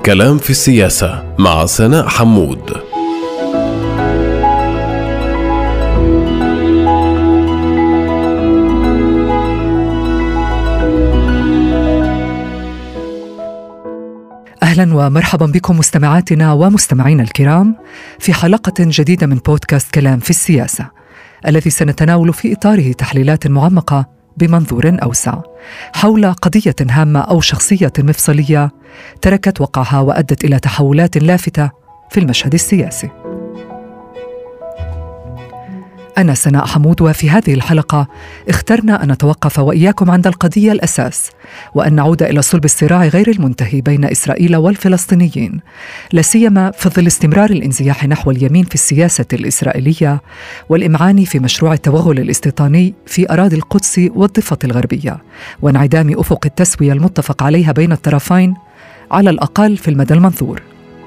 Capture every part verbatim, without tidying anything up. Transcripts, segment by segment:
كلام في السياسة مع سناء حمود. أهلا ومرحبا بكم مستمعاتنا ومستمعينا الكرام في حلقة جديدة من بودكاست كلام في السياسة، الذي سنتناول في إطاره تحليلات معمقة بمنظور أوسع حول قضية هامة أو شخصية مفصلية تركت وقعها وأدت إلى تحولات لافتة في المشهد السياسي. أنا سناء حمود، وفي هذه الحلقة اخترنا أن نتوقف وإياكم عند القضية الأساس، وأن نعود إلى صلب الصراع غير المنتهي بين إسرائيل والفلسطينيين، لا سيما في ظل استمرار الانزياح نحو اليمين في السياسة الإسرائيلية والإمعان في مشروع التوغل الاستيطاني في أراضي القدس والضفة الغربية، وانعدام أفق التسوية المتفق عليها بين الطرفين على الأقل في المدى المنظور.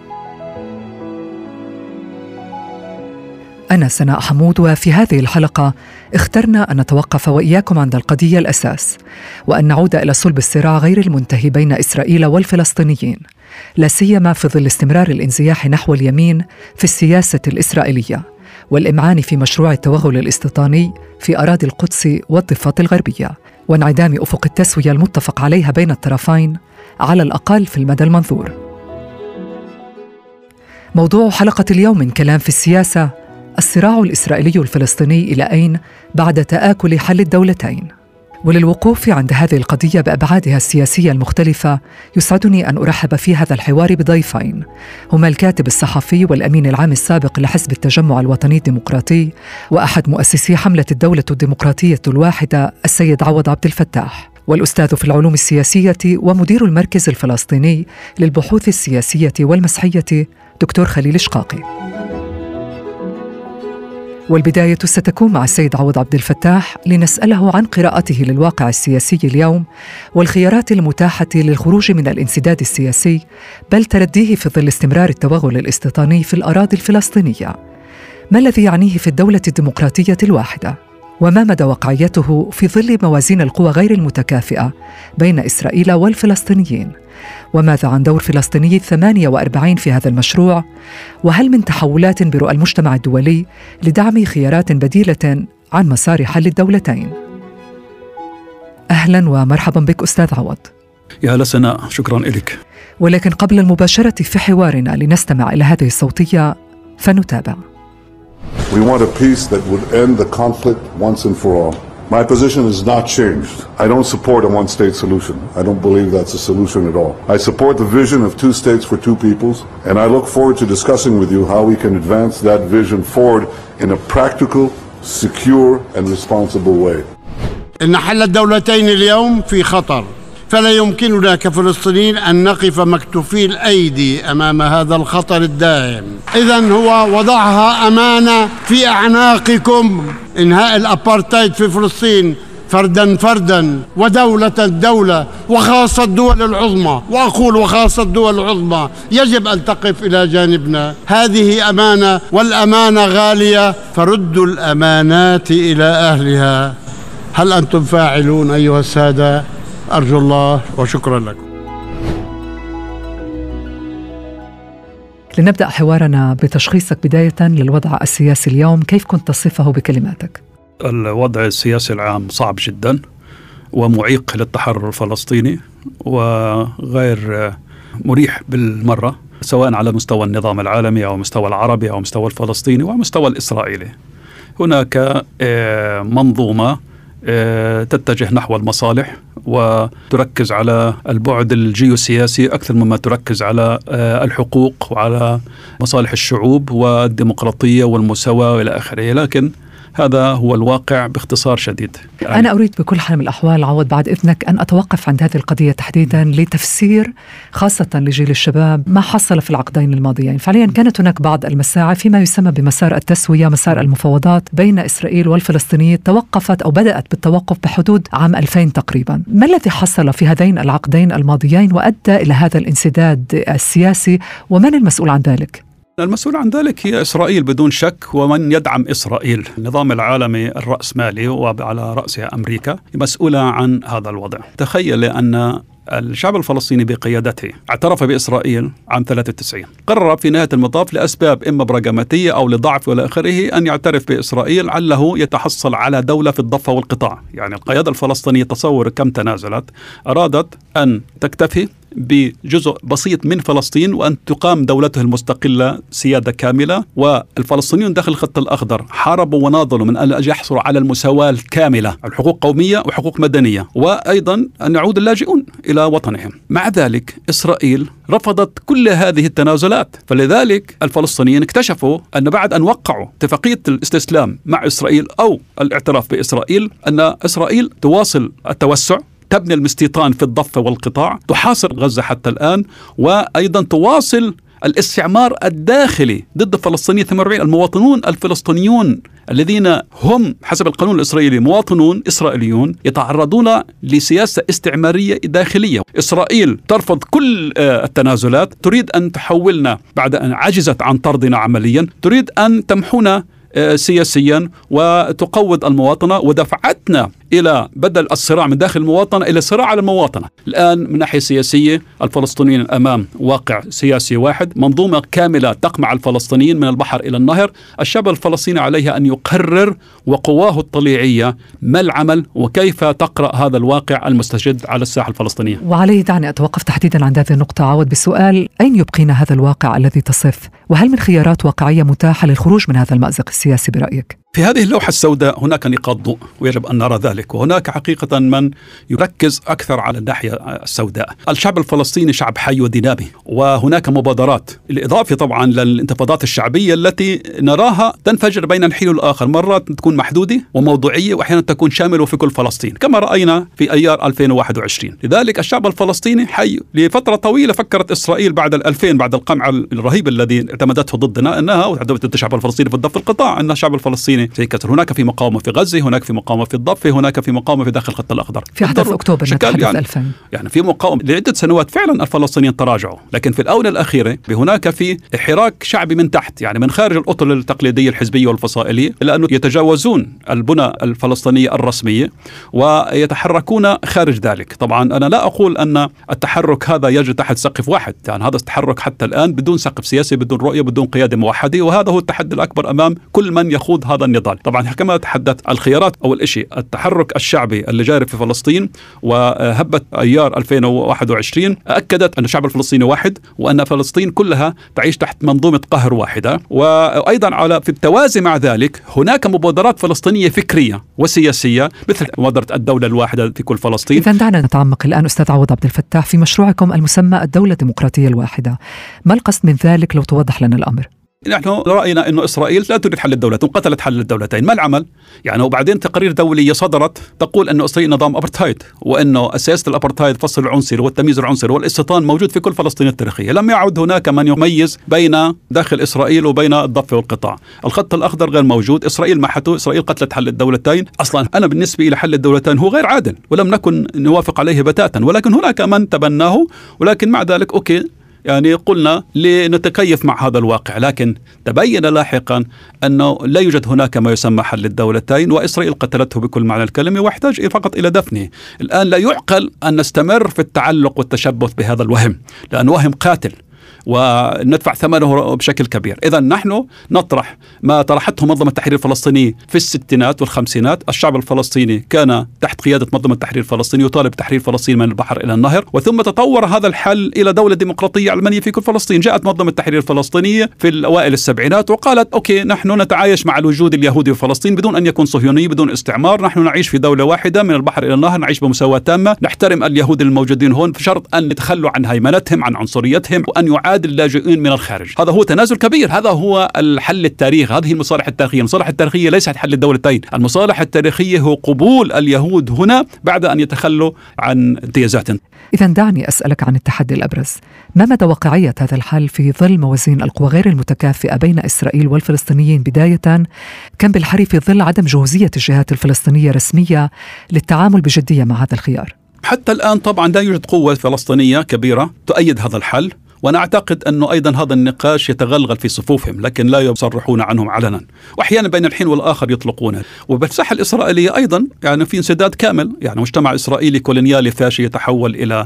أنا سناء حمود، وفي هذه الحلقة اخترنا أن نتوقف وإياكم عند القضية الأساس، وأن نعود إلى صلب الصراع غير المنتهي بين إسرائيل والفلسطينيين، لا سيما في ظل استمرار الانزياح نحو اليمين في السياسة الإسرائيلية والإمعان في مشروع التوغل الاستيطاني في أراضي القدس والضفة الغربية، وانعدام أفق التسوية المتفق عليها بين الطرفين على الأقل في المدى المنظور. موضوع حلقة اليوم من كلام في السياسة: الصراع الإسرائيلي الفلسطيني إلى أين بعد تآكل حل الدولتين؟ وللوقوف عند هذه القضية بأبعادها السياسية المختلفة، يسعدني أن أرحب في هذا الحوار بضيفين، هما الكاتب الصحفي والأمين العام السابق لحزب التجمع الوطني الديمقراطي وأحد مؤسسي حملة الدولة الديمقراطية الواحدة السيد عوض عبد الفتاح، والأستاذ في العلوم السياسية ومدير المركز الفلسطيني للبحوث السياسية والمسيحية دكتور خليل شقاقي. والبداية ستكون مع السيد عوض عبد الفتاح لنسأله عن قراءته للواقع السياسي اليوم والخيارات المتاحة للخروج من الانسداد السياسي، بل ترديه في ظل استمرار التوغل الاستيطاني في الأراضي الفلسطينية. ما الذي يعنيه في الدولة الديمقراطية الواحدة؟ وما مدى واقعيته في ظل موازين القوى غير المتكافئة بين إسرائيل والفلسطينيين؟ وماذا عن دور فلسطيني الثمانية وأربعين في هذا المشروع؟ وهل من تحولات برؤى المجتمع الدولي لدعم خيارات بديلة عن مسار حل الدولتين؟ أهلا ومرحبا بك أستاذ عوض. يا هلا سناء، شكرا لك. ولكن قبل المباشرة في حوارنا لنستمع إلى هذه الصوتية فنتابع. We want a peace that would end the conflict once and for all. My position has not changed. I don't support a one-state solution. I don't believe that's a solution at all. I support the vision of two states for two peoples, and I look forward to discussing with you how we can advance that vision forward in a practical, secure, and responsible way. إن حل الدولتين اليوم في خطر، فلا يمكننا كفلسطينيين أن نقف مكتوفي الأيدي أمام هذا الخطر الدائم. إذن هو وضعها أمانة في أعناقكم: إنهاء الأبارتايد في فلسطين فردا فردا ودولة دولة، وخاصة الدول العظمى، وأقول وخاصة الدول العظمى يجب أن تقف إلى جانبنا. هذه أمانة، والأمانة غالية، فردوا الأمانات إلى أهلها. هل أنتم فاعلون أيها السادة؟ أرجو الله، وشكرا لكم. لنبدأ حوارنا بتشخيصك بداية للوضع السياسي اليوم، كيف كنت تصفه بكلماتك؟ الوضع السياسي العام صعب جدا ومعيق للتحرر الفلسطيني وغير مريح بالمرة، سواء على مستوى النظام العالمي أو مستوى العربي أو مستوى الفلسطيني ومستوى الإسرائيلي. هناك منظومة تتجه نحو المصالح وتركز على البعد الجيوسياسي أكثر مما تركز على الحقوق وعلى مصالح الشعوب والديمقراطية والمساواة وإلى آخره، لكن هذا هو الواقع باختصار شديد. يعني أنا أريد بكل حال من الأحوال عوض بعد إذنك أن أتوقف عند هذه القضية تحديدا لتفسير خاصة لجيل الشباب ما حصل في العقدين الماضيين. فعليا كانت هناك بعض المساعي فيما يسمى بمسار التسوية، مسار المفاوضات بين إسرائيل والفلسطينيين، توقفت أو بدأت بالتوقف بحدود عام ألفين تقريبا. ما الذي حصل في هذين العقدين الماضيين وأدى إلى هذا الانسداد السياسي، ومن المسؤول عن ذلك؟ المسؤول عن ذلك هي إسرائيل بدون شك، ومن يدعم إسرائيل. النظام العالمي الرأسمالي وعلى رأسها أمريكا مسؤولة عن هذا الوضع. تخيل أن الشعب الفلسطيني بقيادته اعترف بإسرائيل عام ثلاثة وتسعين، قرر في نهاية المطاف لأسباب إما براغماتية أو لضعف وإلى آخره أن يعترف بإسرائيل عله يتحصل على دولة في الضفة والقطاع. يعني القيادة الفلسطينية تصور كم تنازلت، أرادت أن تكتفي بجزء بسيط من فلسطين وأن تقام دولته المستقلة سيادة كاملة، والفلسطينيون داخل الخط الأخضر حاربوا وناضلوا من أجل يحصلوا على المساواة الكاملة، الحقوق قومية وحقوق مدنية، وأيضا أن يعود اللاجئون إلى وطنهم. مع ذلك إسرائيل رفضت كل هذه التنازلات، فلذلك الفلسطينيين اكتشفوا أن بعد أن وقعوا اتفاقية الاستسلام مع إسرائيل أو الاعتراف بإسرائيل أن إسرائيل تواصل التوسع، تبني المستيطان في الضفة والقطاع، تحاصر غزة حتى الآن، وأيضا تواصل الاستعمار الداخلي ضد الفلسطينيين. ثمانية وأربعين المواطنون الفلسطينيون الذين هم حسب القانون الإسرائيلي مواطنون إسرائيليون يتعرضون لسياسة استعمارية داخلية. إسرائيل ترفض كل التنازلات، تريد أن تحولنا بعد أن عجزت عن طردنا عمليا، تريد أن تمحونا سياسيا وتقوض المواطنة، ودفعتنا إلى بدل الصراع من داخل المواطنة إلى صراع على المواطنة. الآن من ناحية سياسية الفلسطينيين أمام واقع سياسي واحد، منظومة كاملة تقمع الفلسطينيين من البحر إلى النهر. الشعب الفلسطيني عليه أن يقرر وقواه الطليعية ما العمل وكيف تقرأ هذا الواقع المستجد على الساحة الفلسطينية. وعليه دعني أتوقف تحديدا عند هذه النقطة عود بسؤال: أين يبقينا هذا الواقع الذي تصف؟ وهل من خيارات واقعية متاحة للخروج من هذا المأزق السياسي برأيك؟ في هذه اللوحة السوداء هناك نقاط ضوء ويجب أن نرى ذلك، وهناك حقيقة من يركز أكثر على الناحية السوداء. الشعب الفلسطيني شعب حي ودينامي، وهناك مبادرات بالإضافة طبعا للانتفاضات الشعبية التي نراها تنفجر بين الحين والآخر، مرات تكون محدودة وموضوعية وأحيانا تكون شاملة في كل فلسطين كما رأينا في أيار ألفين وواحد وعشرين. لذلك الشعب الفلسطيني حي. لفترة طويلة فكرت إسرائيل بعد الألفين بعد القمع الرهيب الذي اعتمدته ضدنا أنها وضد الشعب الفلسطيني في الضفة القطاع أن الشعب الفلسطيني سيكسر. هناك في مقاومة في غزة، هناك في مقاومة في الضفة، هناك في مقاومة في داخل الخط الأخضر. في أحداث أكتوبر نتحدث يعني, ألفين يعني في مقاومة لعدة سنوات فعلا الفلسطينيين تراجعوا، لكن في الآونة الأخيرة هناك في حراك شعبي من تحت، يعني من خارج الأطر التقليدية الحزبية والفصائلية، لأنه يتجاوزون البنى الفلسطينية الرسمية ويتحركون خارج ذلك. طبعا أنا لا أقول أن التحرك هذا يجري تحت سقف واحد، يعني هذا التحرك حتى الآن بدون سقف سياسي، بدون رؤية، بدون قيادة موحدة، وهذا هو التحدي الأكبر أمام كل من يخوض هذا النضال. طبعا كما تحدث الخيارات، أول شيء التحرك الشعبي اللي جاري في فلسطين، وهبة أيار ألفين وواحد وعشرين أكدت أن الشعب الفلسطيني واحد وأن فلسطين كلها تعيش تحت منظومة قهر واحدة. وأيضا على في التوازي مع ذلك هناك مبادرات فلسطينية فكرية وسياسية مثل مبادرة الدولة الواحدة في كل فلسطين. إذا دعنا نتعمق الآن أستاذ عوض عبد الفتاح في مشروعكم المسمى الدولة الديمقراطية الواحدة. ما القصد من ذلك لو توضح لنا الأمر؟ نحن رأينا أنه إسرائيل لا تريد حل الدولتين، قتلت حل الدولتين. ما العمل؟ يعني وبعدين تقارير دولية صدرت تقول أنه إسرائيل نظام أبرتايد، وأنه سياسة الأبرتايد فصل العنصري والتمييز العنصري والاستيطان موجود في كل فلسطين التاريخية. لم يعد هناك من يميز بين داخل إسرائيل وبين الضفة والقطاع. الخط الأخضر غير موجود، إسرائيل محته، إسرائيل قتلت حل الدولتين. أصلا أنا بالنسبة إلى حل الدولتين هو غير عادل ولم نكن نوافق عليه بتاتا، ولكن هناك من تبناه. ولكن مع ذلك أوكي يعني قلنا لنتكيف مع هذا الواقع، لكن تبين لاحقا أنه لا يوجد هناك ما يسمى حل الدولتين، وإسرائيل قتلته بكل معنى الكلمة واحتاج فقط إلى دفنه. الآن لا يعقل أن نستمر في التعلق والتشبث بهذا الوهم، لأنه وهم قاتل وندفع ثمنه بشكل كبير. إذا نحن نطرح ما طرحته منظمة التحرير الفلسطيني في الستينات والخمسينات. الشعب الفلسطيني كان تحت قيادة منظمة التحرير الفلسطيني يطالب تحرير فلسطين من البحر إلى النهر، وثم تطور هذا الحل إلى دولة ديمقراطية علمانية في كل فلسطين. جاءت منظمة التحرير الفلسطينية في الأوائل السبعينات وقالت أوكي نحن نتعايش مع الوجود اليهودي في فلسطين بدون أن يكون صهيوني، بدون استعمار. نحن نعيش في دولة واحدة من البحر إلى النهر، نعيش بمساواة تامة، نحترم اليهود الموجودين هون بشرط أن يتخلوا عن هيمنتهم، عن عنصريتهم، وأن يعاد اللاجئين من الخارج. هذا هو تنازل كبير، هذا هو الحل التاريخي، هذه المصالح التاريخية. المصالح التاريخية ليست حل الدولتين، المصالح التاريخية هو قبول اليهود هنا بعد أن يتخلوا عن امتيازاتهم. إذا دعني أسألك عن التحدي الأبرز، ما مدى واقعية هذا الحل في ظل موازين القوى غير المتكافئة بين إسرائيل والفلسطينيين بداية، كان بالحري في ظل عدم جهوزية الجهات الفلسطينية رسمية للتعامل بجدية مع هذا الخيار؟ حتى الآن طبعا لا يوجد قوة فلسطينية كبيرة تؤيد هذا الحل، وأنا أعتقد أنه أيضا هذا النقاش يتغلغل في صفوفهم، لكن لا يصرحون عنهم علنا، وأحيانا بين الحين والآخر يطلقونه. وبالساحة الإسرائيلية أيضا يعني في انسداد كامل، يعني مجتمع إسرائيلي كولونيالي فاشي يتحول إلى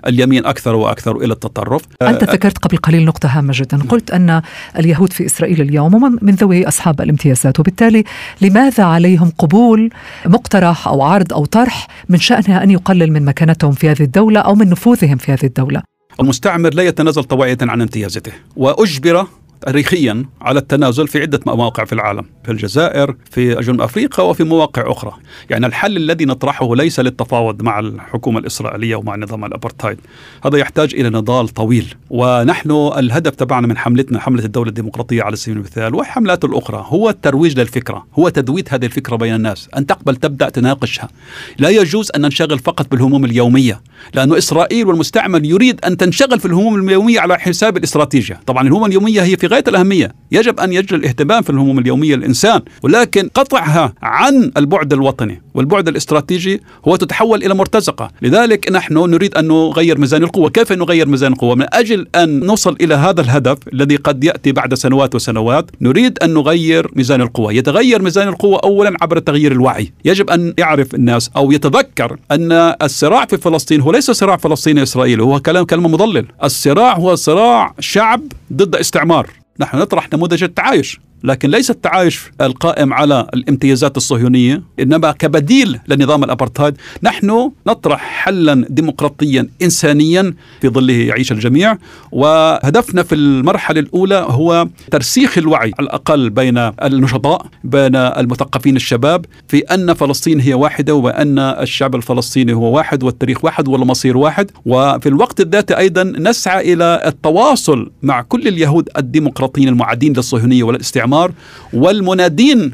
اليمين أكثر وأكثر إلى التطرف. أنت ذكرت قبل قليل نقطة هامة جدا، قلت أن اليهود في إسرائيل اليوم هم من ذوي أصحاب الامتيازات، وبالتالي لماذا عليهم قبول مقترح أو عرض أو طرح من شأنها أن يقلل من مكانتهم في هذه الدولة أو من نفوذهم في هذه الدولة؟ المستعمر لا يتنازل طوعية عن امتيازاته، وأجبر تاريخيا على التنازل في عدة مواقع في العالم، في الجزائر، في جنوب أفريقيا، وفي مواقع أخرى. يعني الحل الذي نطرحه ليس للتفاوض مع الحكومة الإسرائيلية ومع نظام الأبرتايد، هذا يحتاج إلى نضال طويل. ونحن الهدف تبعنا من حملتنا، حملة الدولة الديمقراطية على سبيل المثال وحملات الأخرى، هو الترويج للفكرة، هو تدويت هذه الفكرة بين الناس، أن تقبل تبدأ تناقشها. لا يجوز أن ننشغل فقط بالهموم اليومية، لأن إسرائيل والمستعمر يريد أن تنشغل في الهموم اليومية على حساب الاستراتيجية. طبعا الهموم اليومية هي في غاية الأهمية، يجب أن يجري الاهتمام في الهموم اليومية للإنسان، ولكن قطعها عن البعد الوطني والبعد الاستراتيجي هو تتحول إلى مرتزقة. لذلك نحن نريد أن نغير ميزان القوة. كيف نغير ميزان القوة؟ من أجل أن نوصل إلى هذا الهدف الذي قد يأتي بعد سنوات وسنوات، نريد أن نغير ميزان القوة. يتغير ميزان القوة أولا عبر تغيير الوعي. يجب أن يعرف الناس أو يتذكر أن الصراع في فلسطين هو ليس صراع فلسطيني إسرائيلي، هو كلام كلمة مضلل. الصراع هو صراع شعب ضد استعمار. نحن نطرح نموذج التعايش، لكن ليس التعايش القائم على الامتيازات الصهيونية، إنما كبديل لنظام الأبرتايد. نحن نطرح حلا ديمقراطيا إنسانيا في ظله يعيش الجميع، وهدفنا في المرحلة الأولى هو ترسيخ الوعي على الأقل بين النشطاء، بين المثقفين الشباب، في أن فلسطين هي واحدة، وأن الشعب الفلسطيني هو واحد، والتاريخ واحد، والمصير واحد. وفي الوقت الذاتي أيضا نسعى إلى التواصل مع كل اليهود الديمقراطيين المعادين للصهيونية والاستعمار والمنادين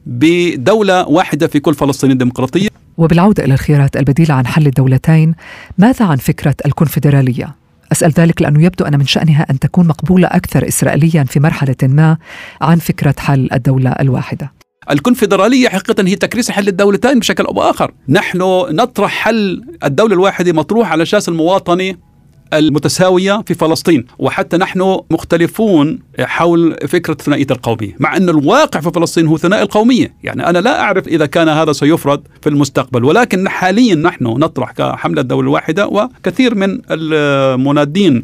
بدولة واحدة في كل فلسطين ديمقراطية. وبالعودة إلى الخيارات البديلة عن حل الدولتين، ماذا عن فكرة الكونفدرالية؟ أسأل ذلك لأنه يبدو أن من شأنها أن تكون مقبولة أكثر إسرائيليا في مرحلة ما عن فكرة حل الدولة الواحدة. الكونفدرالية حقيقة هي تكريس حل الدولتين بشكل أو بآخر. نحن نطرح حل الدولة الواحدة مطروح على أساس المواطنة المتساوية في فلسطين، وحتى نحن مختلفون حول فكرة ثنائية القومية، مع أن الواقع في فلسطين هو ثنائي القومية. يعني أنا لا أعرف إذا كان هذا سيفرض في المستقبل، ولكن حاليا نحن نطرح كحملة الدولة الواحدة، وكثير من المنادين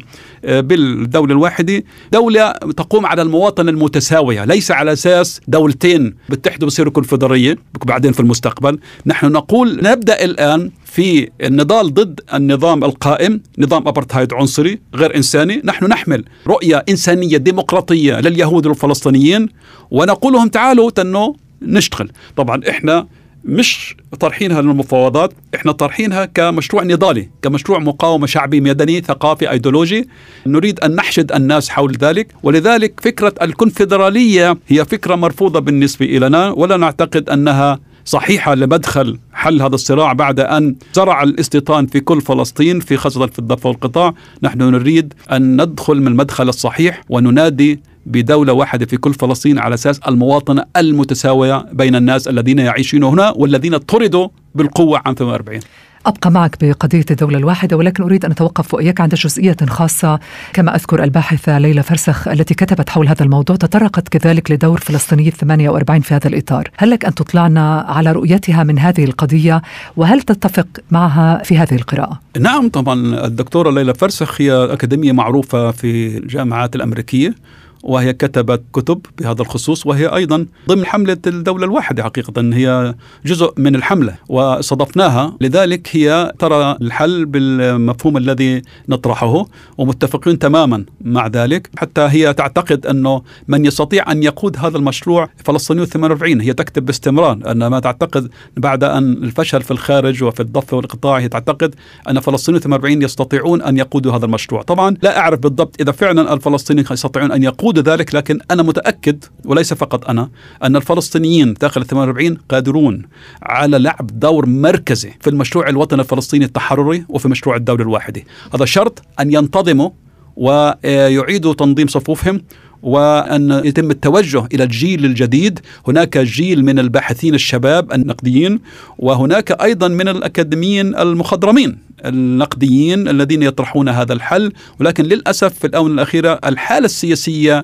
بالدولة الواحدة دولة تقوم على المواطنة المتساوية، ليس على أساس دولتين بتحدوا بصيروا كونفدرالية بعدين في المستقبل. نحن نقول نبدأ الآن في النضال ضد النظام القائم، نظام أبرتايد عنصري غير إنساني. نحن نحمل رؤية إنسانية ديمقراطية لليهود والفلسطينيين، ونقول لهم تعالوا تنو نشتغل. طبعا إحنا مش طرحينها للمفاوضات، إحنا طرحينها كمشروع نضالي، كمشروع مقاومة شعبي مدني ثقافي أيديولوجي، نريد أن نحشد الناس حول ذلك. ولذلك فكرة الكونفدرالية هي فكرة مرفوضة بالنسبة إلينا، ولا نعتقد أنها صحيحة لمدخل حل هذا الصراع بعد أن زرع الاستيطان في كل فلسطين، في خاصة في الضفة والقطاع. نحن نريد أن ندخل من المدخل الصحيح وننادي بدولة واحدة في كل فلسطين على أساس المواطنة المتساوية بين الناس الذين يعيشون هنا والذين طردوا بالقوة عام ثمانية وأربعين. أبقى معك بقضية الدولة الواحدة، ولكن أريد أن أتوقف وإياك عند جزئية خاصة. كما أذكر الباحثة ليلى فرسخ التي كتبت حول هذا الموضوع تطرقت كذلك لدور فلسطيني الثمانية وأربعين في هذا الإطار. هل لك أن تطلعنا على رؤيتها من هذه القضية، وهل تتفق معها في هذه القراءة؟ نعم طبعا. الدكتورة ليلى فرسخ هي أكاديمية معروفة في الجامعات الأمريكية، وهي كتبت كتب بهذا الخصوص، وهي أيضا ضمن حملة الدولة الواحدة. حقيقة هي جزء من الحملة واستضفناها، لذلك هي ترى الحل بالمفهوم الذي نطرحه، ومتفقين تماما مع ذلك. حتى هي تعتقد أنه من يستطيع أن يقود هذا المشروع فلسطينيون ثمانية وأربعين. هي تكتب باستمرار أن ما تعتقد بعد أن الفشل في الخارج وفي الضفة والقطاع، هي تعتقد أن فلسطينيون ثمانية وأربعين يستطيعون أن يقودوا هذا المشروع. طبعا لا أعرف بالضبط إذا فعلا الفلسطينيين يستطيعون أن يقودوا ذلك، لكن أنا متأكد وليس فقط أنا أن الفلسطينيين داخل ثمانية وأربعين قادرون على لعب دور مركزي في المشروع الوطني الفلسطيني التحرري وفي مشروع الدولة الواحدة. هذا شرط أن ينتظموا ويعيدوا تنظيم صفوفهم، وأن يتم التوجه إلى الجيل الجديد. هناك جيل من الباحثين الشباب النقديين، وهناك أيضا من الأكاديميين المخضرمين النقديين الذين يطرحون هذا الحل. ولكن للأسف في الآونة الأخيرة الحالة السياسية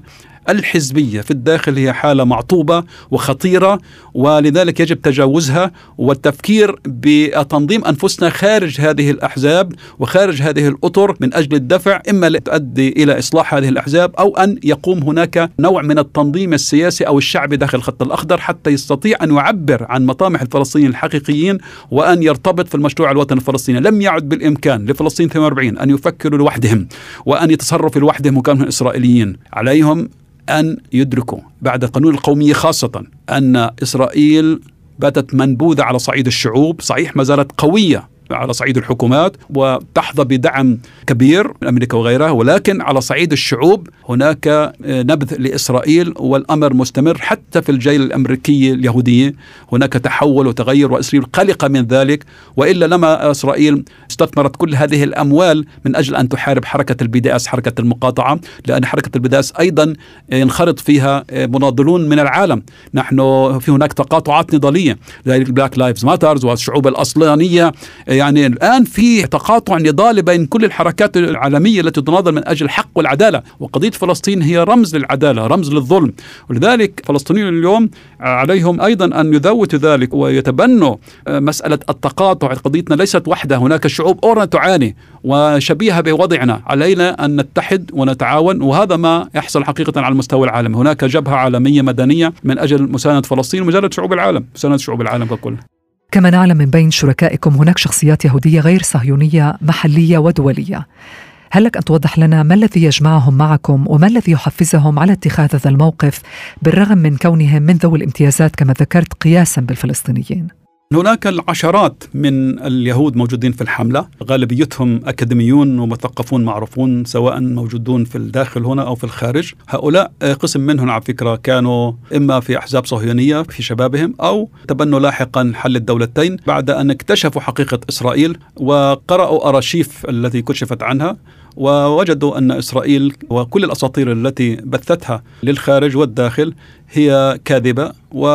الحزبية في الداخل هي حالة معطوبة وخطيرة، ولذلك يجب تجاوزها والتفكير بتنظيم أنفسنا خارج هذه الأحزاب وخارج هذه الأطر من أجل الدفع إما لتؤدي إلى إصلاح هذه الأحزاب أو أن يقوم هناك نوع من التنظيم السياسي أو الشعبي داخل الخط الأخضر حتى يستطيع أن يعبر عن مطامح الفلسطينيين الحقيقيين وأن يرتبط في المشروع الوطني الفلسطيني. لم يعد بالإمكان لفلسطين ثمانية وأربعين أن يفكروا لوحدهم وأن يتصرفوا لوحدهم وكانوا إسرائيليين. عليهم أن يدركوا بعد قانون القومية خاصة أن إسرائيل باتت منبوذة على صعيد الشعوب، صحيح ما زالت قوية على صعيد الحكومات وتحظى بدعم كبير من أمريكا وغيرها، ولكن على صعيد الشعوب هناك نبذ لإسرائيل والأمر مستمر. حتى في الجيل الأمريكي اليهودية هناك تحول وتغير، وإسرائيل قلقة من ذلك، وإلا لما إسرائيل استثمرت كل هذه الأموال من أجل أن تحارب حركة البي دي اس، حركة المقاطعة، لأن حركة البي دي اس أيضا ينخرط فيها مناضلون من العالم. نحن في هناك تقاطعات نضالية زي بلاك لايفز ماترز والشعوب الأصلانية، يعني الآن في تقاطع نضالي بين كل الحركات العالمية التي تناضل من أجل الحق والعدالة، وقضية فلسطين هي رمز للعدالة، رمز للظلم. ولذلك فلسطينيون اليوم عليهم أيضا أن يذوتوا ذلك ويتبنوا مسألة التقاطع. قضيتنا ليست وحدة، هناك شعوب أخرى تعاني وشبيهة بوضعنا، علينا أن نتحد ونتعاون، وهذا ما يحصل حقيقة على المستوى العالمي. هناك جبهة عالمية مدنية من أجل مساندة فلسطين ومساندة شعوب العالم، مساندة شعوب العالم ككل. كما نعلم من بين شركائكم هناك شخصيات يهودية غير صهيونية محلية ودولية. هل لك أن توضح لنا ما الذي يجمعهم معكم وما الذي يحفزهم على اتخاذ هذا الموقف بالرغم من كونهم من ذوي الامتيازات كما ذكرت قياسا بالفلسطينيين؟ هناك العشرات من اليهود موجودين في الحملة، غالبيتهم أكاديميون ومثقفون معروفون سواء موجودون في الداخل هنا أو في الخارج. هؤلاء قسم منهم على فكرة كانوا إما في أحزاب صهيونية في شبابهم أو تبنوا لاحقا حل الدولتين بعد أن اكتشفوا حقيقة إسرائيل وقرأوا أرشيف التي كشفت عنها، ووجدوا أن إسرائيل وكل الأساطير التي بثتها للخارج والداخل هي كاذبة،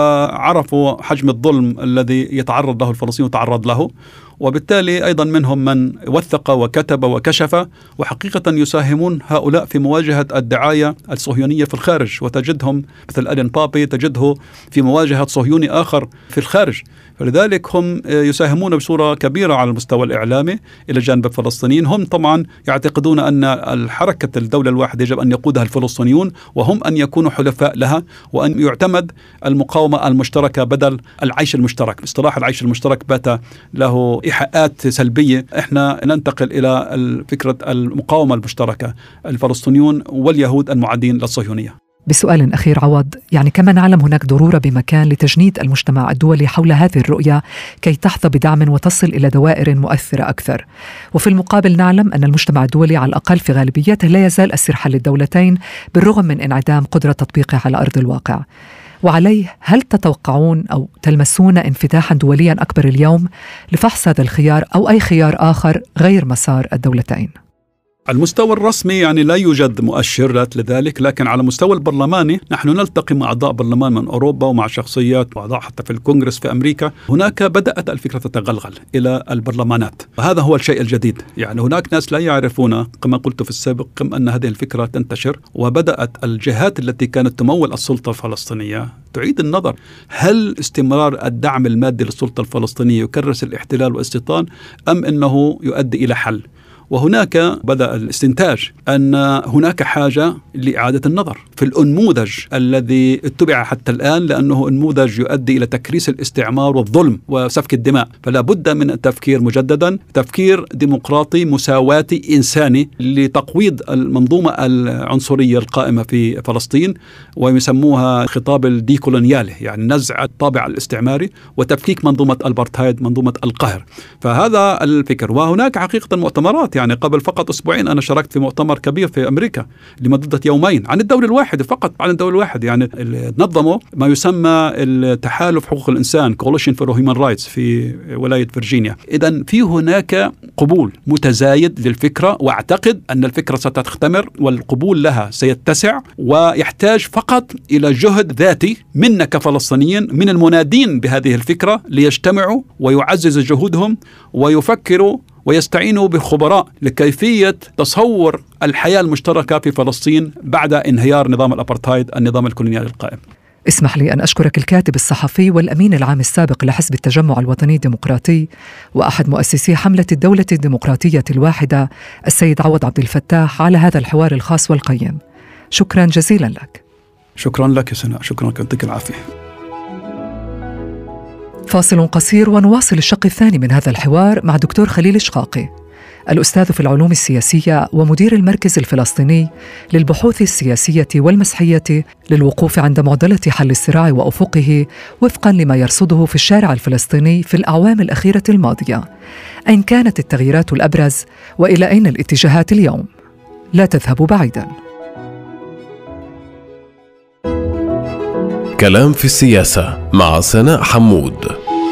وعرفوا حجم الظلم الذي يتعرض له الفلسطيني وتعرض له، وبالتالي أيضا منهم من وثق وكتب وكشف. وحقيقة يساهمون هؤلاء في مواجهة الدعاية الصهيونية في الخارج، وتجدهم مثل ألين بابي تجده في مواجهة صهيوني آخر في الخارج. فلذلك هم يساهمون بصورة كبيرة على المستوى الإعلامي إلى جانب الفلسطينيين. هم طبعا يعتقدون أن الحركة الدولة الواحدة يجب أن يقودها الفلسطينيون، وهم أن يكونوا حلفاء لها، وأن يعتمد المقاومة المشتركة بدل العيش المشترك. اصطلاح العيش المشترك بات له إيحاءات سلبية. احنا ننتقل إلى فكرة المقاومة المشتركة، الفلسطينيون واليهود المعادين للصهيونية. بسؤال أخير عوض، يعني كما نعلم هناك ضرورة بمكان لتجنيد المجتمع الدولي حول هذه الرؤية كي تحظى بدعم وتصل إلى دوائر مؤثرة أكثر، وفي المقابل نعلم أن المجتمع الدولي على الأقل في غالبيته لا يزال أسير حل الدولتين بالرغم من انعدام قدرة تطبيقه على أرض الواقع. وعليه هل تتوقعون أو تلمسون انفتاحا دوليا أكبر اليوم لفحص هذا الخيار أو أي خيار آخر غير مسار الدولتين؟ على المستوى الرسمي يعني لا يوجد مؤشرات لذلك، لكن على المستوى البرلماني نحن نلتقي مع أعضاء برلمان من أوروبا ومع شخصيات وأعضاء حتى في الكونغرس في أمريكا. هناك بدأت الفكرة تتغلغل إلى البرلمانات، وهذا هو الشيء الجديد. يعني هناك ناس لا يعرفون كما قلت في السابق كم أن هذه الفكرة تنتشر، وبدأت الجهات التي كانت تمول السلطة الفلسطينية تعيد النظر هل استمرار الدعم المادي للسلطة الفلسطينية يكرس الاحتلال والاستيطان أم أنه يؤدي إلى حل. وهناك بدأ الاستنتاج أن هناك حاجة لإعادة النظر في الأنموذج الذي اتبع حتى الآن، لأنه أنموذج يؤدي إلى تكريس الاستعمار والظلم وسفك الدماء. فلا بد من التفكير مجددا، تفكير ديمقراطي مساواتي إنساني لتقويض المنظومة العنصرية القائمة في فلسطين، ويسموها خطاب الديكولونيالي، يعني نزع الطابع الاستعماري وتفكيك منظومة البارتهايد، منظومة القهر. فهذا الفكر. وهناك حقيقة مؤتمرات، يعني قبل فقط أسبوعين أنا شاركت في مؤتمر كبير في أمريكا لمدة يومين عن الدولة الواحدة، فقط عن الدولة الواحدة. يعني نظموا ما يسمى التحالف حقوق الإنسان Coalition for Human Rights في ولاية فرجينيا. إذن في هناك قبول متزايد للفكرة، وأعتقد أن الفكرة ستختمر والقبول لها سيتسع، ويحتاج فقط إلى جهد ذاتي منا كفلسطينيين من المنادين بهذه الفكرة ليجتمعوا ويعزز جهودهم ويفكروا ويستعينوا بخبراء لكيفية تصور الحياة المشتركة في فلسطين بعد انهيار نظام الأبرتايد، النظام الكولونيالي القائم. اسمح لي أن أشكرك الكاتب الصحفي والأمين العام السابق لحزب التجمع الوطني الديمقراطي وأحد مؤسسي حملة الدولة الديمقراطية الواحدة السيد عوض عبد الفتاح على هذا الحوار الخاص والقيم. شكرا جزيلا لك. شكرا لك يا سناء، شكرا، يعطيك العافية. فاصل قصير ونواصل الشق الثاني من هذا الحوار مع دكتور خليل شقاقي، الأستاذ في العلوم السياسية ومدير المركز الفلسطيني للبحوث السياسية والمسحية للوقوف عند معضلة حل الصراع وأفقه وفقاً لما يرصده في الشارع الفلسطيني في الأعوام الأخيرة الماضية. أين كانت التغييرات الأبرز وإلى أين الاتجاهات اليوم؟ لا تذهبوا بعيداً. كلام في السياسة مع سناء حمود.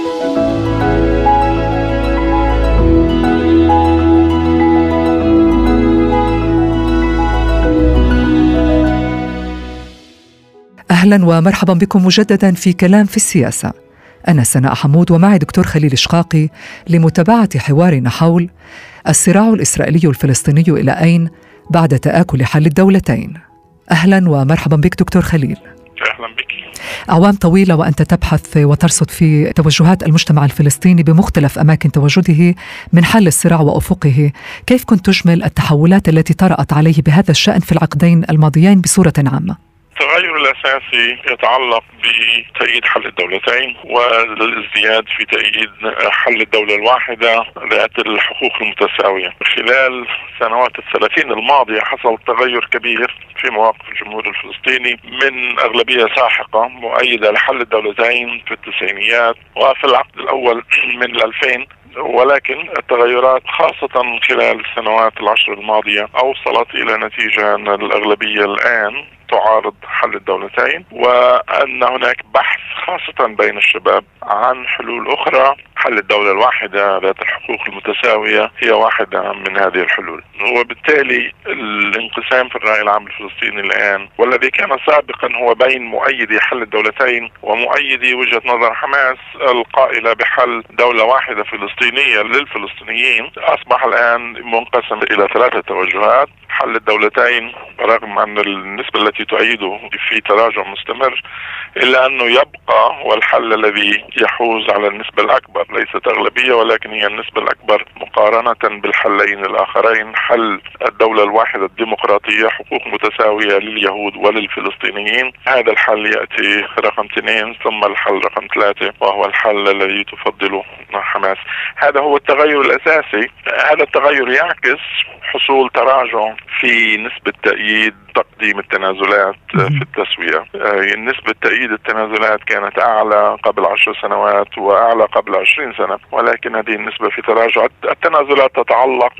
أهلا ومرحبا بكم مجددا في كلام في السياسة. أنا سناء حمود ومعي دكتور خليل شقاقي لمتابعة حوارنا حول الصراع الإسرائيلي الفلسطيني إلى أين بعد تآكل حل الدولتين. أهلا ومرحبا بك دكتور خليل. أهلا بك. أعوام طويلة وأنت تبحث وترصد في توجهات المجتمع الفلسطيني بمختلف أماكن تواجده من حل الصراع وأفقه، كيف كنت تجمل التحولات التي طرأت عليه بهذا الشأن في العقدين الماضيين بصورة عامة؟ التغير الأساسي يتعلق بتأييد حل الدولتين والازدياد في تأييد حل الدولة الواحدة ذات الحقوق المتساوية. خلال سنوات الثلاثين الماضية حصل تغير كبير في مواقف الجمهور الفلسطيني من أغلبية ساحقة مؤيدة لحل الدولتين في التسعينيات وفي العقد الأول من الألفين، ولكن التغيرات خاصة خلال السنوات العشر الماضية أوصلت إلى نتيجة أن الأغلبية الآن تعارض حل الدولتين، وأن هناك بحث خاصة بين الشباب عن حلول أخرى. حل الدولة الواحدة ذات الحقوق المتساوية هي واحدة من هذه الحلول، وبالتالي الانقسام في الرأي العام الفلسطيني الآن والذي كان سابقا هو بين مؤيدي حل الدولتين ومؤيدي وجهة نظر حماس القائلة بحل دولة واحدة فلسطينية للفلسطينيين، أصبح الآن منقسم إلى ثلاثة توجهات. حل الدولتين رغم أن النسبة التي تؤيده في تراجع مستمر إلا أنه يبقى هو الحل الذي يحوز على النسبة الأكبر، ليست أغلبية ولكن هي النسبة الأكبر مقارنة بالحلين الآخرين. حل الدولة الواحدة الديمقراطية، حقوق متساوية لليهود وللفلسطينيين، هذا الحل يأتي رقم اثنين، ثم الحل رقم ثلاثة وهو الحل الذي تفضله حماس. هذا هو التغير الأساسي. هذا التغير يعكس حصول تراجع في نسبة تأييد تقديم التنازلات في التسوية. نسبة تأييد التنازلات كانت أعلى قبل عشر سنوات وأعلى قبل عشرين سنة، ولكن هذه النسبة في تراجع. التنازلات تتعلق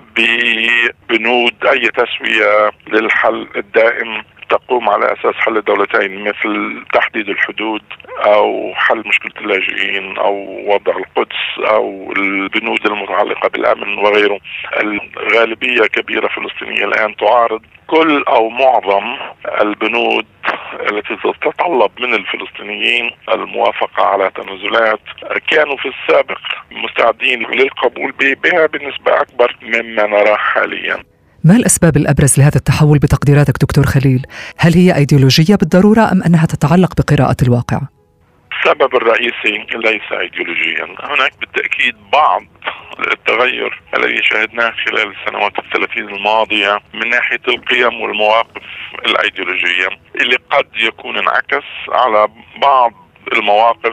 ببنود أي تسوية للحل الدائم تقوم على أساس حل الدولتين، مثل تحديد الحدود أو حل مشكلة اللاجئين أو وضع القدس أو البنود المتعلقة بالأمن وغيره. الغالبية كبيرة فلسطينية الآن تعارض كل أو معظم البنود التي تتطلب من الفلسطينيين الموافقة على تنازلات كانوا في السابق مستعدين للقبول بها بنسبة أكبر مما نراه حاليا. ما الأسباب الأبرز لهذا التحول بتقديراتك دكتور خليل؟ هل هي أيديولوجية بالضرورة أم أنها تتعلق بقراءة الواقع؟ السبب الرئيسي ليس أيديولوجيا. هناك بالتأكيد بعض التغير الذي شاهدناه خلال السنوات الثلاثين الماضية من ناحية القيم والمواقف الأيديولوجية اللي قد يكون انعكس على بعض المواقف،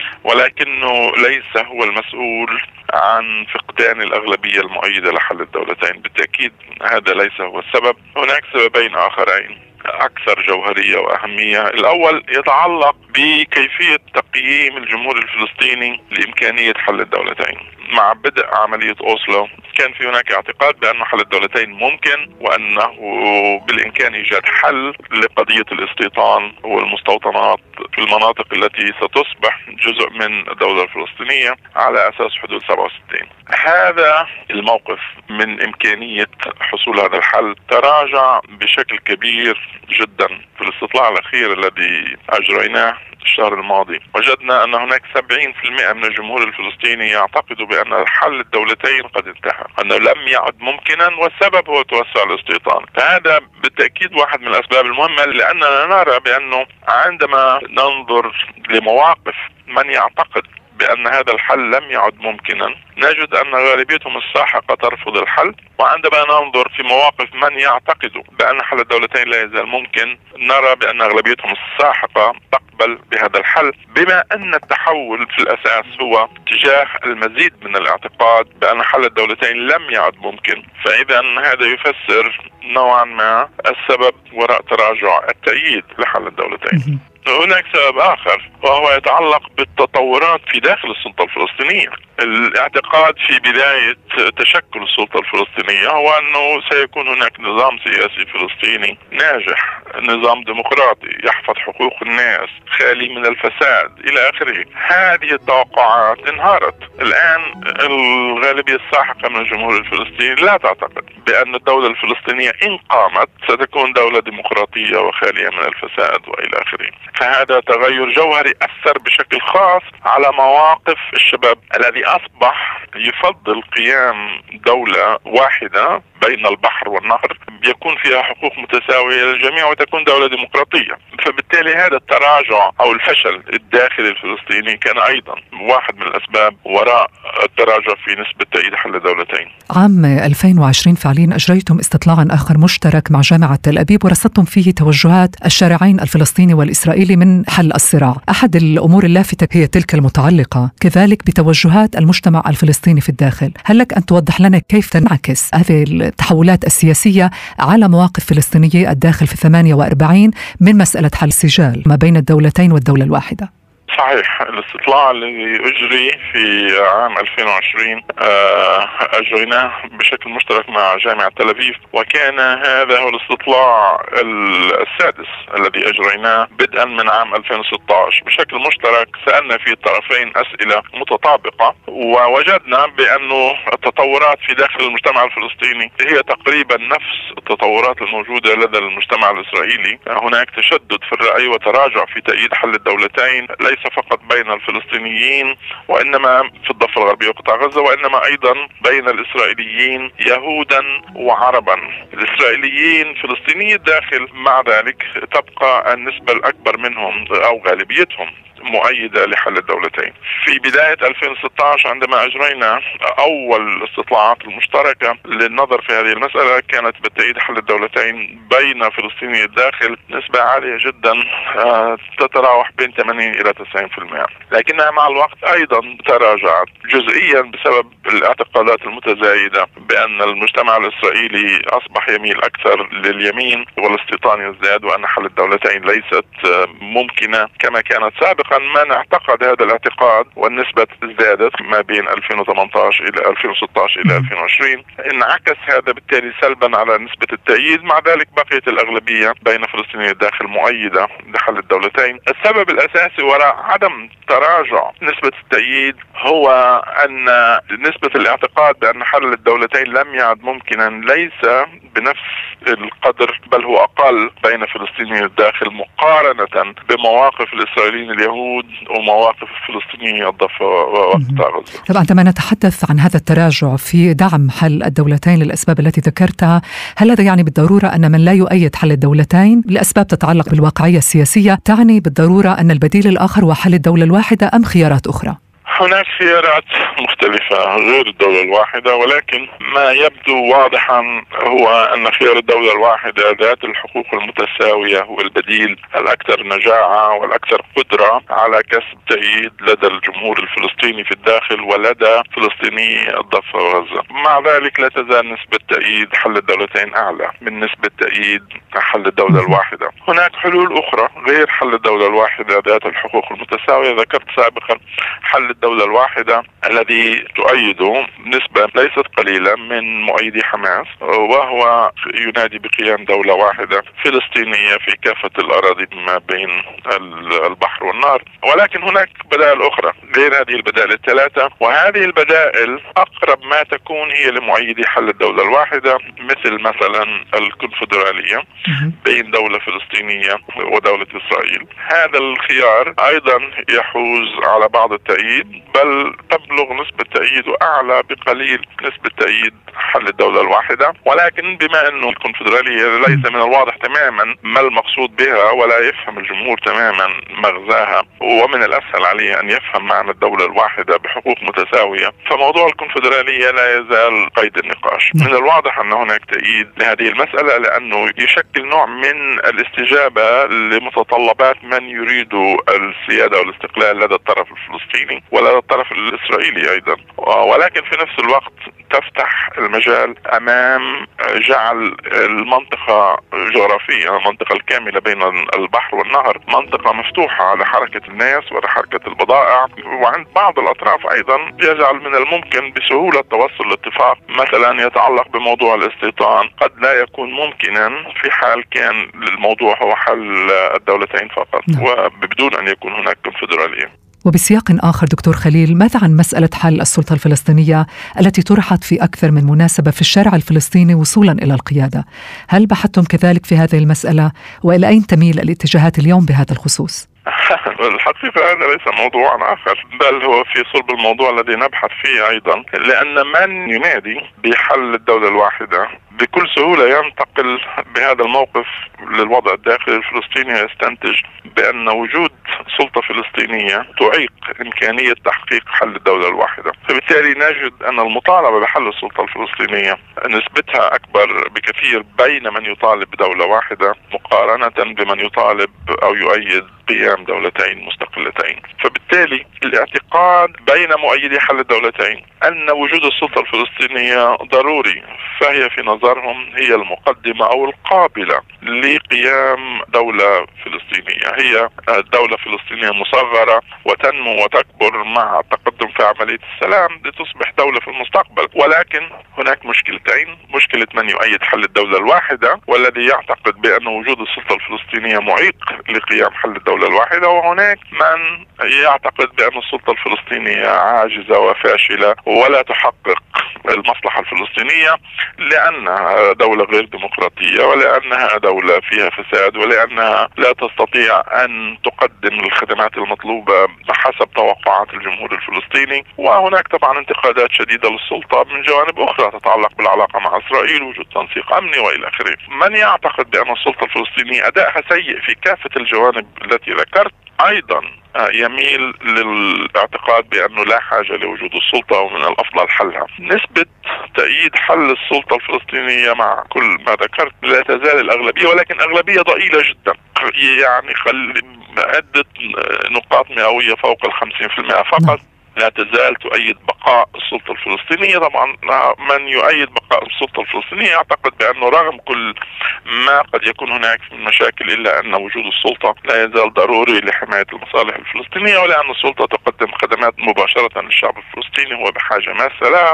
ولكنه ليس هو المسؤول عن فقدان الأغلبية المؤيدة لحل الدولتين. بالتأكيد هذا ليس هو السبب. هناك سببين آخرين أكثر جوهرية وأهمية. الأول يتعلق بكيفية تقييم الجمهور الفلسطيني لإمكانية حل الدولتين. مع بدء عملية أوسلو كان في هناك اعتقاد بأن حل الدولتين ممكن وأنه بالإمكان إيجاد حل لقضية الاستيطان والمستوطنات في المناطق التي ستصبح جزء من الدولة الفلسطينية على أساس حدود سبعة وستين. هذا الموقف من إمكانية حصول هذا الحل تراجع بشكل كبير جدا في الاستطلاع الأخير الذي أجريناه. الشهر الماضي وجدنا أن هناك سبعين بالمئة من الجمهور الفلسطيني يعتقد بأن حل الدولتين قد انتهى، أنه لم يعد ممكنا، والسبب هو توسع الاستيطان. فهذا بالتأكيد واحد من الأسباب المهمة، لأننا نرى بأنه عندما ننظر لمواقف من يعتقد بأن هذا الحل لم يعد ممكنا نجد أن غالبيتهم الساحقة ترفض الحل، وعندما ننظر في مواقف من يعتقد بأن حل الدولتين لا يزال ممكن نرى بأن أغلبيتهم الساحقة تقبل بهذا الحل، بما أن التحول في الأساس هو تجاه المزيد من الاعتقاد بأن حل الدولتين لم يعد ممكن. فإذا هذا يفسر نوعا ما السبب وراء تراجع التأييد لحل الدولتين. هناك سبب آخر وهو يتعلق بالتطورات في داخل السلطة الفلسطينية. الاعتقاد في بداية تشكل السلطة الفلسطينية هو أنه سيكون هناك نظام سياسي فلسطيني ناجح، نظام ديمقراطي يحفظ حقوق الناس، خالي من الفساد إلى آخره. هذه التوقعات انهارت. الآن الغالبية الساحقة من الجمهور الفلسطيني لا تعتقد بأن الدولة الفلسطينية إن قامت ستكون دولة ديمقراطية وخالية من الفساد وإلى آخره. فهذا تغير جوهري أثر بشكل خاص على مواقف الشباب الذي أصبح يفضل قيام دولة واحدة بين البحر والنهر يكون فيها حقوق متساوية للجميع وتكون دولة ديمقراطية. فبالتالي هذا التراجع أو الفشل الداخلي الفلسطيني كان أيضا واحد من الأسباب وراء التراجع في نسبة تأييد حل الدولتين. عام ألفين وعشرين فعليا أجريتم استطلاعا آخر مشترك مع جامعة تل أبيب ورصدتم فيه توجهات الشارعين الفلسطيني والإسرائيلي من حل الصراع. أحد الأمور اللافتة هي تلك المتعلقة كذلك بتوجهات المجتمع الفلسطيني في الداخل. هل لك أن توضح لنا كيف تنعكس هذه التحولات السياسية على مواقف فلسطينية الداخل في ثمانية وأربعين من مسألة حل السجال ما بين الدولتين والدولة الواحدة؟ صحيح، الاستطلاع الذي أجري في عام ألفين وعشرين أجريناه بشكل مشترك مع جامعة تل أبيب، وكان هذا هو الاستطلاع السادس الذي أجريناه بدءا من عام ألفين وستة عشر بشكل مشترك. سألنا فيه الطرفين أسئلة متطابقة ووجدنا بأنه التطورات في داخل المجتمع الفلسطيني هي تقريبا نفس التطورات الموجودة لدى المجتمع الإسرائيلي. هناك تشدد في الرأي وتراجع في تأييد حل الدولتين، ليس فقط بين الفلسطينيين وإنما في الضفة الغربية وقطاع غزة، وإنما أيضا بين الإسرائيليين يهودا وعربا. الإسرائيليين فلسطيني الداخل مع ذلك تبقى النسبة الأكبر منهم أو غالبيتهم مؤيدة لحل الدولتين. في بداية ألفين وستة عشر عندما أجرينا أول الاستطلاعات المشتركة للنظر في هذه المسألة كانت بالتأييد حل الدولتين بين فلسطيني الداخل نسبة عالية جدا تتراوح بين ثمانين إلى تسعين بالمئة، لكنها مع الوقت أيضا تراجعت جزئيا بسبب الاعتقادات المتزايدة بأن المجتمع الإسرائيلي أصبح يميل أكثر لليمين والاستيطان يزداد، وأن حل الدولتين ليست ممكنة كما كانت سابقا. من اعتقد هذا الاعتقاد والنسبة زادت ما بين ألفين وثمانية عشر إلى ألفين وستة عشر إلى ألفين وعشرين، انعكس هذا بالتالي سلبا على نسبة التأييد. مع ذلك بقيت الأغلبية بين فلسطيني الداخل مؤيدة لحل الدولتين. السبب الأساسي وراء عدم تراجع نسبة التأييد هو أن نسبة الاعتقاد بأن حل الدولتين لم يعد ممكنا ليس بنفس القدر، بل هو أقل بين فلسطيني الداخل مقارنة بمواقف الإسرائيليين اليهود ومواقف الفلسطينيين الضفة وقطاع غزة. طبعا عندما نتحدث عن هذا التراجع في دعم حل الدولتين للأسباب التي ذكرتها، هل هذا يعني بالضرورة أن من لا يؤيد حل الدولتين لأسباب تتعلق بالواقعية السياسية تعني بالضرورة أن البديل الآخر هو حل الدولة الواحدة أم خيارات أخرى؟ هناك خيارات مختلفة غير الدولة الواحدة، ولكن ما يبدو واضحا هو أن خيار الدولة الواحدة ذات الحقوق المتساوية هو البديل الأكثر نجاعة والأكثر قدرة على كسب تأييد لدى الجمهور الفلسطيني في الداخل ولدى فلسطيني الضفة وغزة. مع ذلك لا تزال نسبة تأييد حل الدولتين أعلى من نسبة تأييد حل الدولة الواحدة. هناك حلول أخرى غير حل الدولة الواحدة ذات الحقوق المتساوية. ذكرت سابقا حل الدولة الدولة الواحدة الذي تؤيده نسبة ليست قليلة من مؤيدي حماس، وهو ينادي بقيام دولة واحدة فلسطينية في كافة الأراضي ما بين البحر والنهر. ولكن هناك بدائل أخرى غير هذه البدائل الثلاثة، وهذه البدائل أقرب ما تكون هي لمؤيدي حل الدولة الواحدة، مثل مثلا الكونفدرالية بين دولة فلسطينية ودولة إسرائيل. هذا الخيار أيضا يحوز على بعض التأييد، بل تبلغ نسبة تأييده أعلى بقليل نسبة تأييد حل الدولة الواحدة. ولكن بما أنه الكونفدرالية ليس من الواضح تماما ما المقصود بها، ولا يفهم الجمهور تماما مغزاها، ومن الأسهل عليه أن يفهم معنى الدولة الواحدة بحقوق متساوية، فموضوع الكونفدرالية لا يزال قيد النقاش. من الواضح أن هناك تأييد لهذه المسألة، لأنه يشكل نوع من الاستجابة لمتطلبات من يريد السيادة والاستقلال لدى الطرف الفلسطيني ولدى الطرف الإسرائيلي أيضا. ولكن في نفس الوقت تفتح المجال أمام جعل المنطقة جغرافية، المنطقة الكاملة بين البحر والنهر، منطقة مفتوحة على حركة الناس وحركة البضائع، وعند بعض الأطراف أيضا يجعل من الممكن بسهولة توصل لاتفاق مثلا يتعلق بموضوع الاستيطان، قد لا يكون ممكنا في حال كان الموضوع هو حل الدولتين فقط وبدون أن يكون هناك كونفدرالية. وبسياق آخر دكتور خليل، ماذا عن مسألة حل السلطة الفلسطينية التي طرحت في أكثر من مناسبة في الشارع الفلسطيني وصولا إلى القيادة؟ هل بحثتم كذلك في هذه المسألة؟ وإلى أين تميل الاتجاهات اليوم بهذا الخصوص؟ الحقيقة هذا ليس موضوعا آخر، بل هو في صلب الموضوع الذي نبحث فيه أيضا، لأن من ينادي بحل الدولة الواحدة بكل سهولة ينتقل بهذا الموقف للوضع الداخلي الفلسطيني، يستنتج بأن وجود سلطة فلسطينية تعيق إمكانية تحقيق حل الدولة الواحدة. فبالتالي نجد أن المطالبة بحل السلطة الفلسطينية نسبتها أكبر بكثير بين من يطالب بدولة واحدة مقارنة بمن يطالب أو يؤيد قيام دولتين مستقلتين. فبالتالي الاعتقاد بين مؤيدي حل الدولتين أن وجود السلطة الفلسطينية ضروري، فهي في نظرهم هي المقدمة أو القابلة لقيام دولة فلسطينية. هي دولة فلسطينية مصغرة وتنمو وتكبر مع التقدم في عملية السلام لتصبح دولة في المستقبل. ولكن هناك مشكلتين، مشكلة من يؤيد حل الدولة الواحدة والذي يعتقد بأن وجود السلطة الفلسطينية معيق لقيام حل الدولة الواحدة، وهناك من يعتقد بأن السلطة الفلسطينية عاجزة وفاشلة ولا تحقق المصلحة الفلسطينية، لأنها دولة غير ديمقراطية، ولأنها دولة فيها فساد، ولأنها لا تستطيع أن تقدم الخدمات المطلوبة بحسب توقعات الجمهور الفلسطيني. وهناك طبعا انتقادات شديدة للسلطة من جوانب أخرى تتعلق بالعلاقة مع إسرائيل، وجود تنسيق أمني وإلى آخره. من يعتقد بأن السلطة الفلسطينية أدائها سيء في كافة الجوانب التي ذكرت أيضا يميل للاعتقاد بأنه لا حاجة لوجود السلطة ومن الأفضل حلها. نسبة تأييد حل السلطة الفلسطينية مع كل ما ذكرت لا تزال الأغلبية، ولكن أغلبية ضئيلة جدا، يعني خل عدة نقاط مئوية فوق الخمسين في المئة فقط لا تزال تؤيد بقاء السلطة الفلسطينية. طبعا من يؤيد بقاء السلطة الفلسطينية يعتقد بأنه رغم كل ما قد يكون هناك من مشاكل إلا أن وجود السلطة لا يزال ضروري لحماية المصالح الفلسطينية، ولأن السلطة تقدم خدمات مباشرة للشعب الفلسطيني هو بحاجة ماسة لها.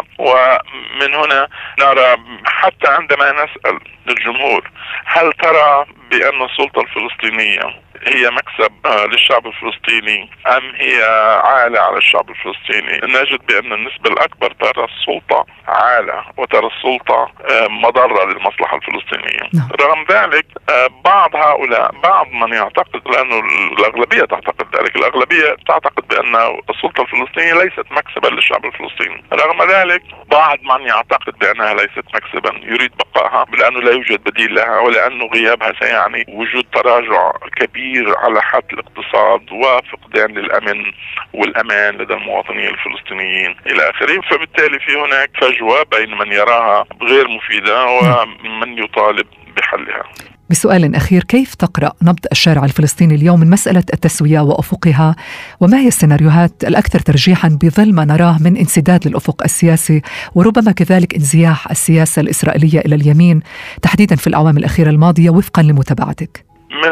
ومن هنا نرى حتى عندما نسأل الجمهور هل ترى بأن السلطة الفلسطينية هي مكسب للشعب الفلسطيني أم هي عالة على الشعب الفلسطيني، نجد بأن النسبة الأكبر ترى السلطة عالة وترى السلطة مضرة للمصلحة الفلسطينية. رغم ذلك بعض هؤلاء، بعض من يعتقد، لأنه الأغلبية تعتقد ذلك، الأغلبية تعتقد بأن السلطة الفلسطينية ليست مكسبا للشعب الفلسطيني. رغم ذلك بعض من يعتقد بأنها ليست مكسبا يريد بقائها لأنه لا يوجد بديل لها، ولأنه غيابها سيعني وجود تراجع كبير على حد الاقتصاد وفقدان للأمن والأمان لدى المواطنين الفلسطينيين إلى آخره. فبالتالي في هناك فجوة بين من يراها غير مفيدة ومن يطالب بحلها. بسؤال أخير، كيف تقرأ نبض الشارع الفلسطيني اليوم من مسألة التسوية وأفقها، وما هي السيناريوهات الأكثر ترجيحا بظل ما نراه من انسداد للأفق السياسي وربما كذلك انزياح السياسة الإسرائيلية إلى اليمين تحديدا في الأعوام الأخيرة الماضية وفقا لمتابعتك؟ من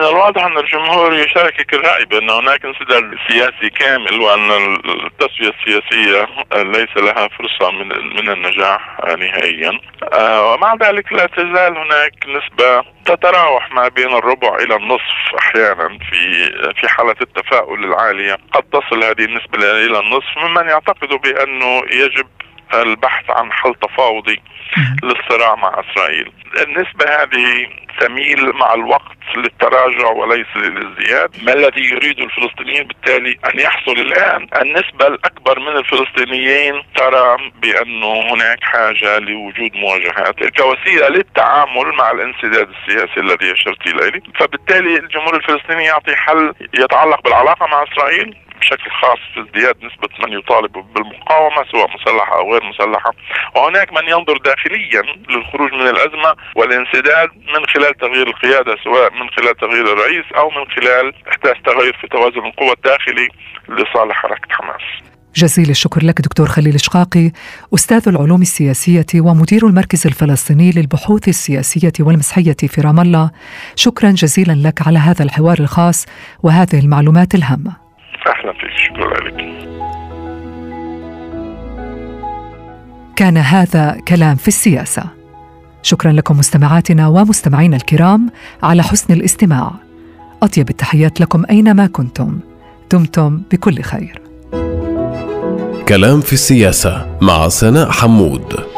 الواضح أن الجمهور يشارك الرأي بأن هناك انسداد سياسي كامل، وأن التسوية السياسية ليس لها فرصة من من النجاح نهائيا. ومع ذلك لا تزال هناك نسبة تتراوح ما بين الربع إلى النصف أحيانا في في حالة التفاؤل العالية، قد تصل هذه النسبة إلى النصف ممن يعتقد بأنه يجب البحث عن حل تفاوضي للصراع مع إسرائيل. النسبة هذه تميل مع الوقت للتراجع وليس للازدياد. ما الذي يريد الفلسطينيين بالتالي أن يحصل الآن؟ النسبة الأكبر من الفلسطينيين ترى بأنه هناك حاجة لوجود مواجهات كوسيلة للتعامل مع الانسداد السياسي الذي أشرت إليه. فبالتالي الجمهور الفلسطيني يعطي حل يتعلق بالعلاقة مع إسرائيل بشكل خاص في ازدياد نسبة من يطالب بالمقاومة سواء مسلحة أو غير مسلحة، وهناك من ينظر داخليا للخروج من الأزمة والانسداد من خلال تغيير القيادة، سواء من خلال تغيير الرئيس أو من خلال إحداث تغير في توازن القوى الداخلي لصالح حركة حماس. جزيل الشكر لك دكتور خليل شقاقي، أستاذ العلوم السياسية ومدير المركز الفلسطيني للبحوث السياسية والمسيحية في رام الله. شكرا جزيلا لك على هذا الحوار الخاص وهذه المعلومات الهامة. أهلا فيك، شكرا لك. كان هذا كلام في السياسة. شكرا لكم مستمعاتنا ومستمعينا الكرام على حسن الاستماع. أطيب التحيات لكم أينما كنتم، دمتم بكل خير. كلام في السياسة مع سناء حمود.